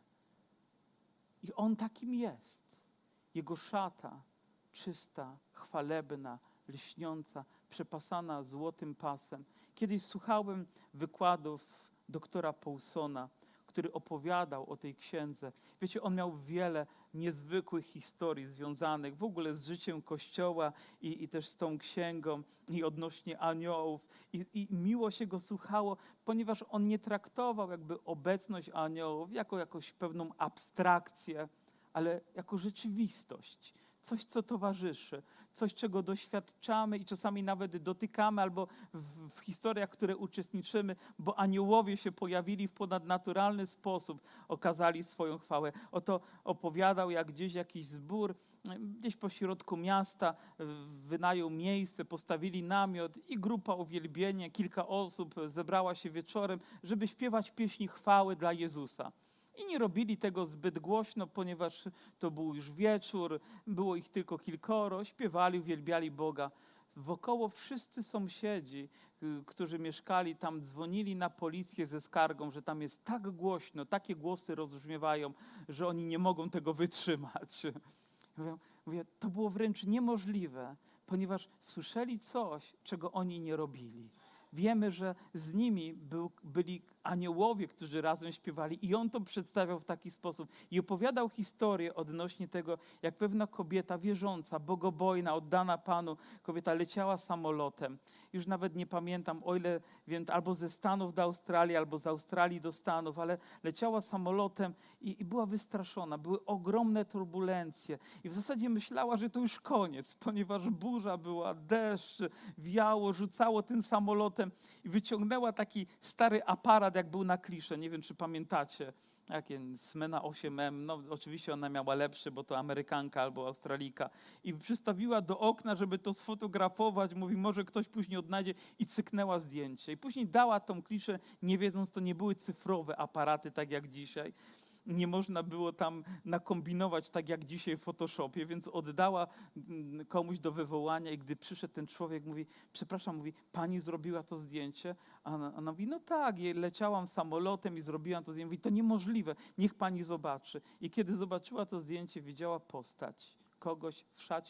I On takim jest. Jego szata czysta, chwalebna, lśniąca, przepasana złotym pasem. Kiedyś słuchałem wykładów doktora Paulsona, który opowiadał o tej księdze. Wiecie, on miał wiele niezwykłych historii związanych w ogóle z życiem Kościoła i, i też z tą księgą i odnośnie aniołów. I, I miło się go słuchało, ponieważ on nie traktował jakby obecność aniołów jako jakąś pewną abstrakcję, ale jako rzeczywistość. Coś, co towarzyszy, coś, czego doświadczamy i czasami nawet dotykamy, albo w, w historiach, w które uczestniczymy, bo aniołowie się pojawili w ponadnaturalny sposób, okazali swoją chwałę. Oto opowiadał, jak gdzieś jakiś zbór, gdzieś po środku miasta wynajął miejsce, postawili namiot i grupa uwielbienia, kilka osób zebrała się wieczorem, żeby śpiewać pieśni chwały dla Jezusa. I nie robili tego zbyt głośno, ponieważ to był już wieczór, było ich tylko kilkoro, śpiewali, uwielbiali Boga. Wokoło wszyscy sąsiedzi, którzy mieszkali tam, dzwonili na policję ze skargą, że tam jest tak głośno, takie głosy rozbrzmiewają, że oni nie mogą tego wytrzymać. Mówię, mówię, to było wręcz niemożliwe, ponieważ słyszeli coś, czego oni nie robili. Wiemy, że z nimi był, byli aniołowie, którzy razem śpiewali i on to przedstawiał w taki sposób. I opowiadał historię odnośnie tego, jak pewna kobieta wierząca, bogobojna, oddana Panu, kobieta leciała samolotem. Już nawet nie pamiętam, o ile wiem, albo ze Stanów do Australii, albo z Australii do Stanów, ale leciała samolotem i, i była wystraszona. Były ogromne turbulencje i w zasadzie myślała, że to już koniec, ponieważ burza była, deszcz, wiało, rzucało tym samolotem i wyciągnęła taki stary aparat, jak był na klisze, nie wiem, czy pamiętacie, jakie Smena osiem M, no oczywiście ona miała lepszy, bo to Amerykanka albo Australijka i przystawiła do okna, żeby to sfotografować, mówi, może ktoś później odnajdzie i cyknęła zdjęcie. I później dała tą kliszę, nie wiedząc, to nie były cyfrowe aparaty, tak jak dzisiaj. Nie można było tam nakombinować tak jak dzisiaj w Photoshopie, więc oddała komuś do wywołania i gdy przyszedł ten człowiek, mówi, przepraszam, mówi, pani zrobiła to zdjęcie? A ona, ona mówi, no tak, leciałam samolotem i zrobiłam to zdjęcie. Mówi, to niemożliwe, niech pani zobaczy. I kiedy zobaczyła to zdjęcie, widziała postać kogoś w szacie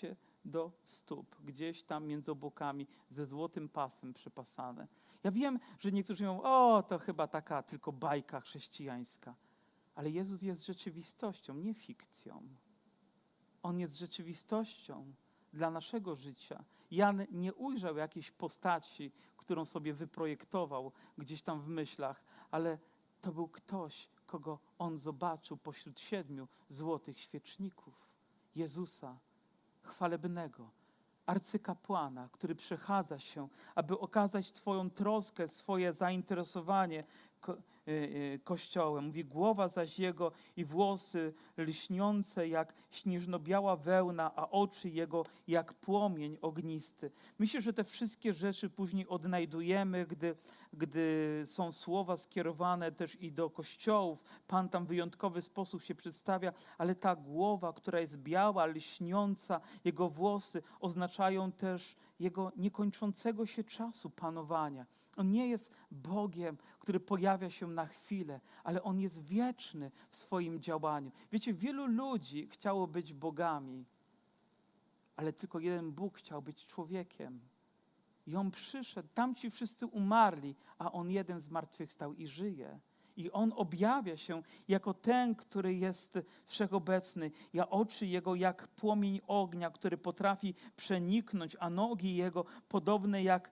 do stóp, gdzieś tam między obłokami, ze złotym pasem przypasane. Ja wiem, że niektórzy mówią, o, to chyba taka tylko bajka chrześcijańska. Ale Jezus jest rzeczywistością, nie fikcją. On jest rzeczywistością dla naszego życia. Jan nie ujrzał jakiejś postaci, którą sobie wyprojektował gdzieś tam w myślach, ale to był ktoś, kogo on zobaczył pośród siedmiu złotych świeczników. Jezusa, chwalebnego, arcykapłana, który przechadza się, aby okazać Twoją troskę, swoje zainteresowanie ko- y, y, Kościołem. Mówi, głowa zaś jego i włosy lśniące jak śnieżno-biała wełna, a oczy jego jak płomień ognisty. Myślę, że te wszystkie rzeczy później odnajdujemy, gdy, gdy są słowa skierowane też i do kościołów. Pan tam w wyjątkowy sposób się przedstawia, ale ta głowa, która jest biała, lśniąca, jego włosy oznaczają też jego niekończącego się czasu panowania. On nie jest Bogiem, który pojawia się na chwilę, ale On jest wieczny w swoim działaniu. Wiecie, wielu ludzi chciało być bogami, ale tylko jeden Bóg chciał być człowiekiem. I On przyszedł, tamci wszyscy umarli, a On jeden zmartwychwstał i żyje. I On objawia się jako ten, który jest wszechobecny. Ja oczy Jego jak płomień ognia, który potrafi przeniknąć, a nogi Jego podobne jak,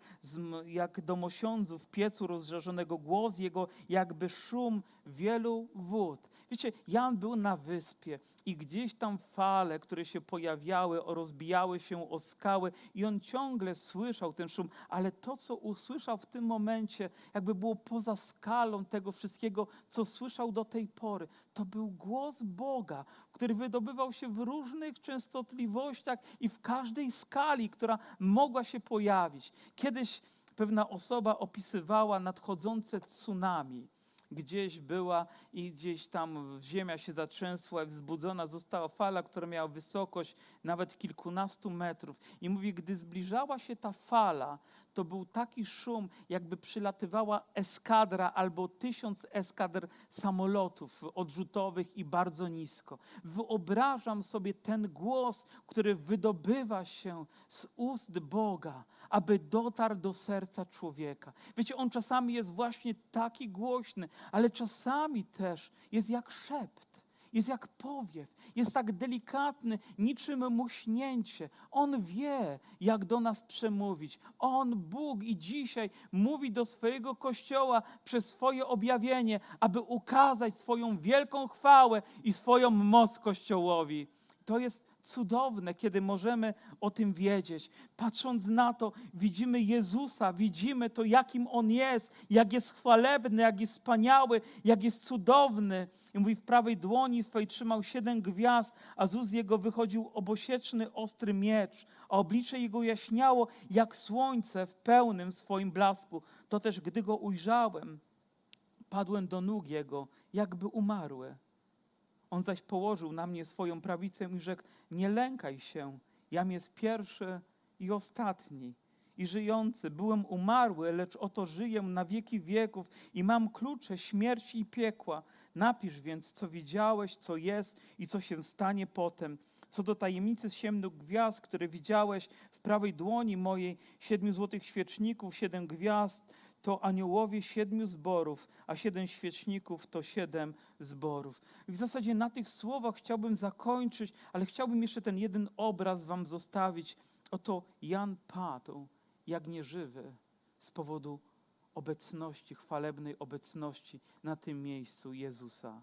jak do mosiądzu w piecu rozżarzonego. Głos Jego jakby szum wielu wód. Wiecie, Jan był na wyspie i gdzieś tam fale, które się pojawiały, rozbijały się o skały i on ciągle słyszał ten szum, ale to, co usłyszał w tym momencie, jakby było poza skalą tego wszystkiego, co słyszał do tej pory. To był głos Boga, który wydobywał się w różnych częstotliwościach i w każdej skali, która mogła się pojawić. Kiedyś pewna osoba opisywała nadchodzące tsunami. Gdzieś była i gdzieś tam ziemia się zatrzęsła i wzbudzona została fala, która miała wysokość nawet kilkunastu metrów. I mówi, gdy zbliżała się ta fala, to był taki szum, jakby przylatywała eskadra albo tysiąc eskadr samolotów odrzutowych i bardzo nisko. Wyobrażam sobie ten głos, który wydobywa się z ust Boga, aby dotarł do serca człowieka. Wiecie, on czasami jest właśnie taki głośny, ale czasami też jest jak szept. Jest jak powiew, jest tak delikatny, niczym muśnięcie. On wie, jak do nas przemówić. On, Bóg, i dzisiaj mówi do swojego Kościoła przez swoje objawienie, aby ukazać swoją wielką chwałę i swoją moc Kościołowi. To jest cudowne, kiedy możemy o tym wiedzieć. Patrząc na to, widzimy Jezusa, widzimy to, jakim On jest, jak jest chwalebny, jak jest wspaniały, jak jest cudowny. I mówi, w prawej dłoni swojej trzymał siedem gwiazd, a z ust Jego wychodził obosieczny, ostry miecz, a oblicze Jego jaśniało jak słońce w pełnym swoim blasku. To też, gdy Go ujrzałem, padłem do nóg Jego, jakby umarły. On zaś położył na mnie swoją prawicę i rzekł, nie lękaj się, jam jest pierwszy i ostatni i żyjący. Byłem umarły, lecz oto żyję na wieki wieków i mam klucze śmierci i piekła. Napisz więc, co widziałeś, co jest i co się stanie potem. Co do tajemnicy siedmiu gwiazd, które widziałeś w prawej dłoni mojej, siedmiu złotych świeczników, siedem gwiazd, to aniołowie siedmiu zborów, a siedem świeczników to siedem zborów. I w zasadzie na tych słowach chciałbym zakończyć, ale chciałbym jeszcze ten jeden obraz wam zostawić. Oto Jan padł jak nieżywy z powodu obecności, chwalebnej obecności na tym miejscu Jezusa.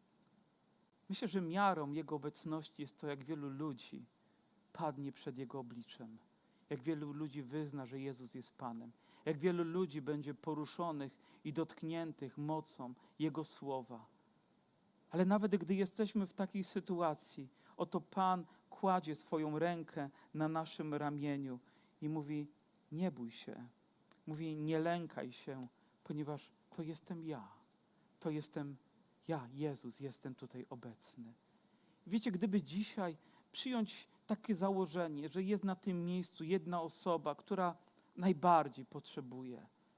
Myślę, że miarą Jego obecności jest to, jak wielu ludzi padnie przed Jego obliczem. Jak wielu ludzi wyzna, że Jezus jest Panem. Jak wielu ludzi będzie poruszonych i dotkniętych mocą Jego słowa. Ale nawet gdy jesteśmy w takiej sytuacji, oto Pan kładzie swoją rękę na naszym ramieniu i mówi, nie bój się. Mówi, nie lękaj się, ponieważ to jestem ja. To jestem ja, Jezus, jestem tutaj obecny. Wiecie, gdyby dzisiaj przyjąć takie założenie, że jest na tym miejscu jedna osoba, która najbardziej potrzebuje,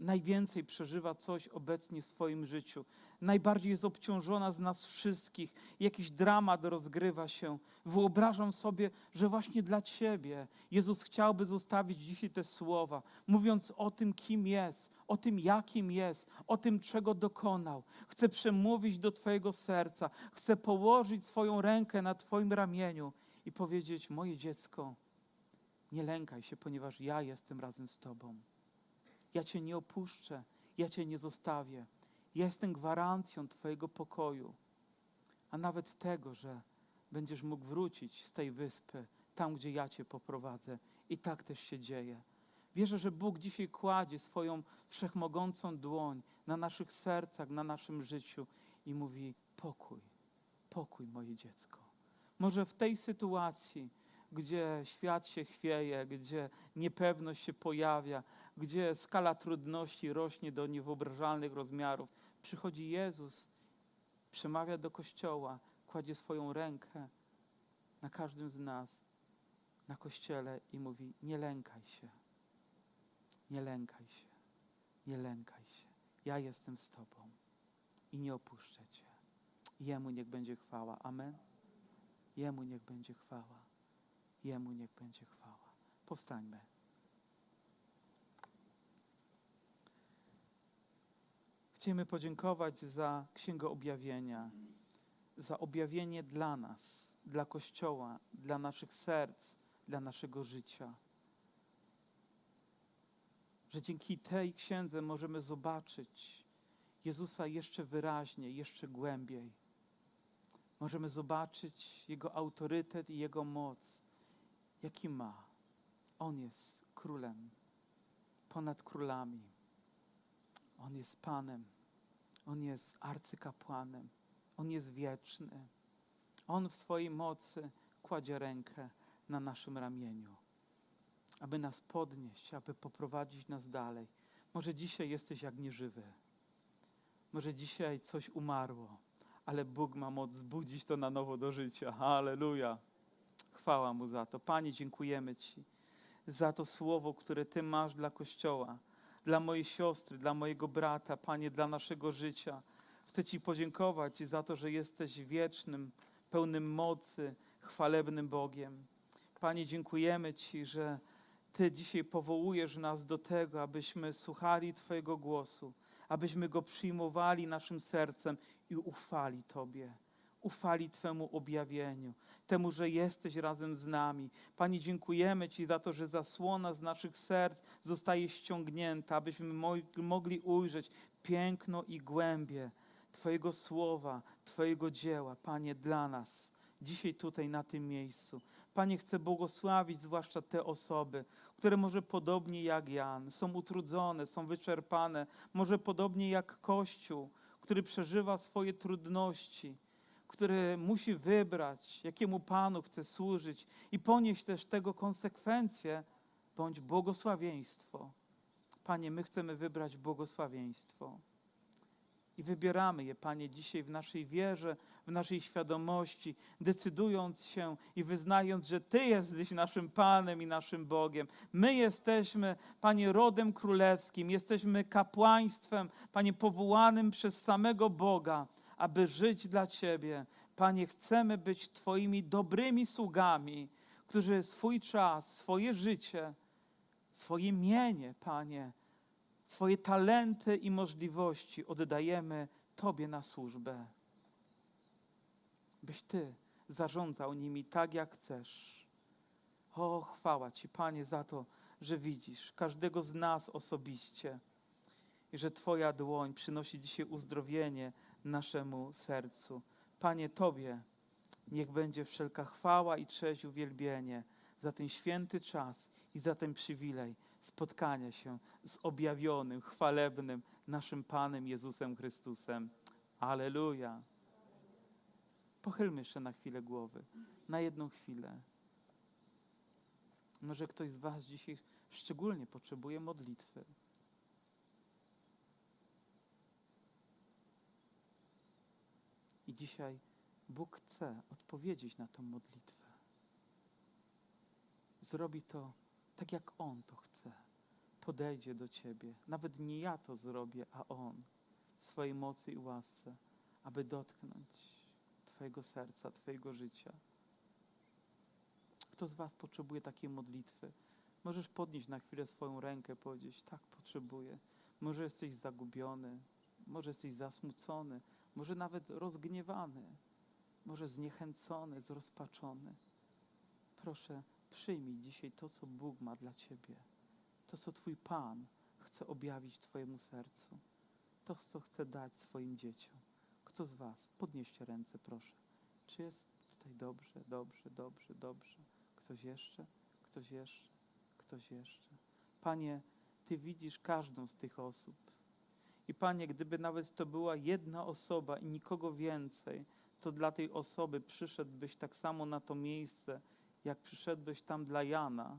najwięcej przeżywa coś obecnie w swoim życiu. Najbardziej jest obciążona z nas wszystkich. Jakiś dramat rozgrywa się. Wyobrażam sobie, że właśnie dla Ciebie Jezus chciałby zostawić dzisiaj te słowa, mówiąc o tym, kim jest, o tym, jakim jest, o tym, czego dokonał. Chce przemówić do Twojego serca. Chce położyć swoją rękę na Twoim ramieniu i powiedzieć: moje dziecko, nie lękaj się, ponieważ ja jestem razem z Tobą. Ja Cię nie opuszczę, ja Cię nie zostawię. Ja jestem gwarancją Twojego pokoju, a nawet tego, że będziesz mógł wrócić z tej wyspy, tam, gdzie ja Cię poprowadzę. I tak też się dzieje. Wierzę, że Bóg dzisiaj kładzie swoją wszechmogącą dłoń na naszych sercach, na naszym życiu i mówi: pokój, pokój, moje dziecko. Może w tej sytuacji, gdzie świat się chwieje, gdzie niepewność się pojawia, gdzie skala trudności rośnie do niewyobrażalnych rozmiarów, przychodzi Jezus, przemawia do Kościoła, kładzie swoją rękę na każdym z nas, na Kościele i mówi: nie lękaj się, nie lękaj się, nie lękaj się. Ja jestem z Tobą i nie opuszczę Cię. Jemu niech będzie chwała. Amen. Jemu niech będzie chwała. Jemu niech będzie chwała. Powstańmy. Chcemy podziękować za Księgę Objawienia, za objawienie dla nas, dla Kościoła, dla naszych serc, dla naszego życia. Że dzięki tej księdze możemy zobaczyć Jezusa jeszcze wyraźniej, jeszcze głębiej. Możemy zobaczyć Jego autorytet i Jego moc, jaki ma. On jest królem, ponad królami. On jest Panem. On jest arcykapłanem. On jest wieczny. On w swojej mocy kładzie rękę na naszym ramieniu, aby nas podnieść, aby poprowadzić nas dalej. Może dzisiaj jesteś jak nieżywy. Może dzisiaj coś umarło, ale Bóg ma moc zbudzić to na nowo do życia. Halleluja. Chwała Mu za to. Panie, dziękujemy Ci za to słowo, które Ty masz dla Kościoła, dla mojej siostry, dla mojego brata, Panie, dla naszego życia. Chcę Ci podziękować za to, że jesteś wiecznym, pełnym mocy, chwalebnym Bogiem. Panie, dziękujemy Ci, że Ty dzisiaj powołujesz nas do tego, abyśmy słuchali Twojego głosu, abyśmy Go przyjmowali naszym sercem i ufali Tobie. Ufali Twemu objawieniu, temu, że jesteś razem z nami. Panie, dziękujemy Ci za to, że zasłona z naszych serc zostaje ściągnięta, abyśmy mogli ujrzeć piękno i głębię Twojego słowa, Twojego dzieła, Panie, dla nas, dzisiaj tutaj na tym miejscu. Panie, chcę błogosławić zwłaszcza te osoby, które może podobnie jak Jan są utrudzone, są wyczerpane, może podobnie jak Kościół, który przeżywa swoje trudności, który musi wybrać, jakiemu Panu chce służyć i ponieść też tego konsekwencje bądź błogosławieństwo. Panie, my chcemy wybrać błogosławieństwo i wybieramy je, Panie, dzisiaj w naszej wierze, w naszej świadomości, decydując się i wyznając, że Ty jesteś naszym Panem i naszym Bogiem. My jesteśmy, Panie, rodem królewskim, jesteśmy kapłaństwem, Panie, powołanym przez samego Boga, aby żyć dla Ciebie. Panie, chcemy być Twoimi dobrymi sługami, którzy swój czas, swoje życie, swoje mienie, Panie, swoje talenty i możliwości oddajemy Tobie na służbę. Byś Ty zarządzał nimi tak, jak chcesz. O, chwała Ci, Panie, za to, że widzisz każdego z nas osobiście i że Twoja dłoń przynosi dzisiaj uzdrowienie naszemu sercu. Panie, Tobie niech będzie wszelka chwała i cześć, uwielbienie za ten święty czas i za ten przywilej spotkania się z objawionym, chwalebnym naszym Panem Jezusem Chrystusem. Alleluja. Pochylmy jeszcze na chwilę głowy, na jedną chwilę. Może ktoś z Was dzisiaj szczególnie potrzebuje modlitwy. I dzisiaj Bóg chce odpowiedzieć na tę modlitwę. Zrobi to tak, jak On to chce. podejdzie do Ciebie. Nawet nie ja to zrobię, a On w swojej mocy i łasce, aby dotknąć Twojego serca, Twojego życia. Kto z Was potrzebuje takiej modlitwy? Możesz podnieść na chwilę swoją rękę, powiedzieć, tak, potrzebuję. Może jesteś zagubiony, może jesteś zasmucony, może nawet rozgniewany, może zniechęcony, zrozpaczony. Proszę, przyjmij dzisiaj to, co Bóg ma dla Ciebie. To, co Twój Pan chce objawić Twojemu sercu. To, co chce dać swoim dzieciom. Kto z Was? Podnieście ręce, proszę. Czy jest tutaj dobrze, dobrze, dobrze, dobrze? Ktoś jeszcze? Ktoś jeszcze? Ktoś jeszcze? Panie, Ty widzisz każdą z tych osób. I Panie, gdyby nawet to była jedna osoba i nikogo więcej, to dla tej osoby przyszedłbyś tak samo na to miejsce, jak przyszedłeś tam dla Jana.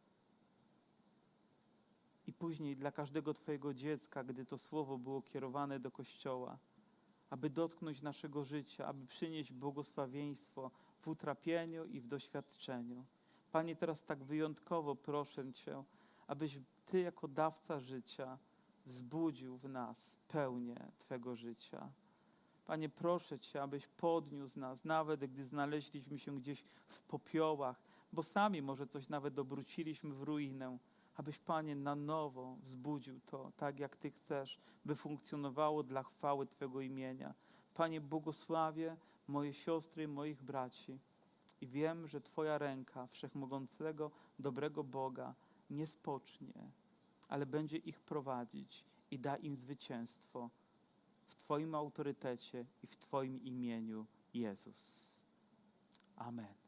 I później dla każdego Twojego dziecka, gdy to słowo było kierowane do Kościoła, aby dotknąć naszego życia, aby przynieść błogosławieństwo w utrapieniu i w doświadczeniu. Panie, teraz tak wyjątkowo proszę Cię, abyś Ty jako dawca życia wzbudził w nas pełnię Twego życia. Panie, proszę Cię, abyś podniósł nas, nawet gdy znaleźliśmy się gdzieś w popiołach, bo sami może coś nawet obróciliśmy w ruinę, abyś, Panie, na nowo wzbudził to, tak jak Ty chcesz, by funkcjonowało dla chwały Twego imienia. Panie, błogosławię moje siostry i moich braci i wiem, że Twoja ręka wszechmogącego, dobrego Boga nie spocznie, ale będzie ich prowadzić i da im zwycięstwo w Twoim autorytecie i w Twoim imieniu, Jezus. Amen.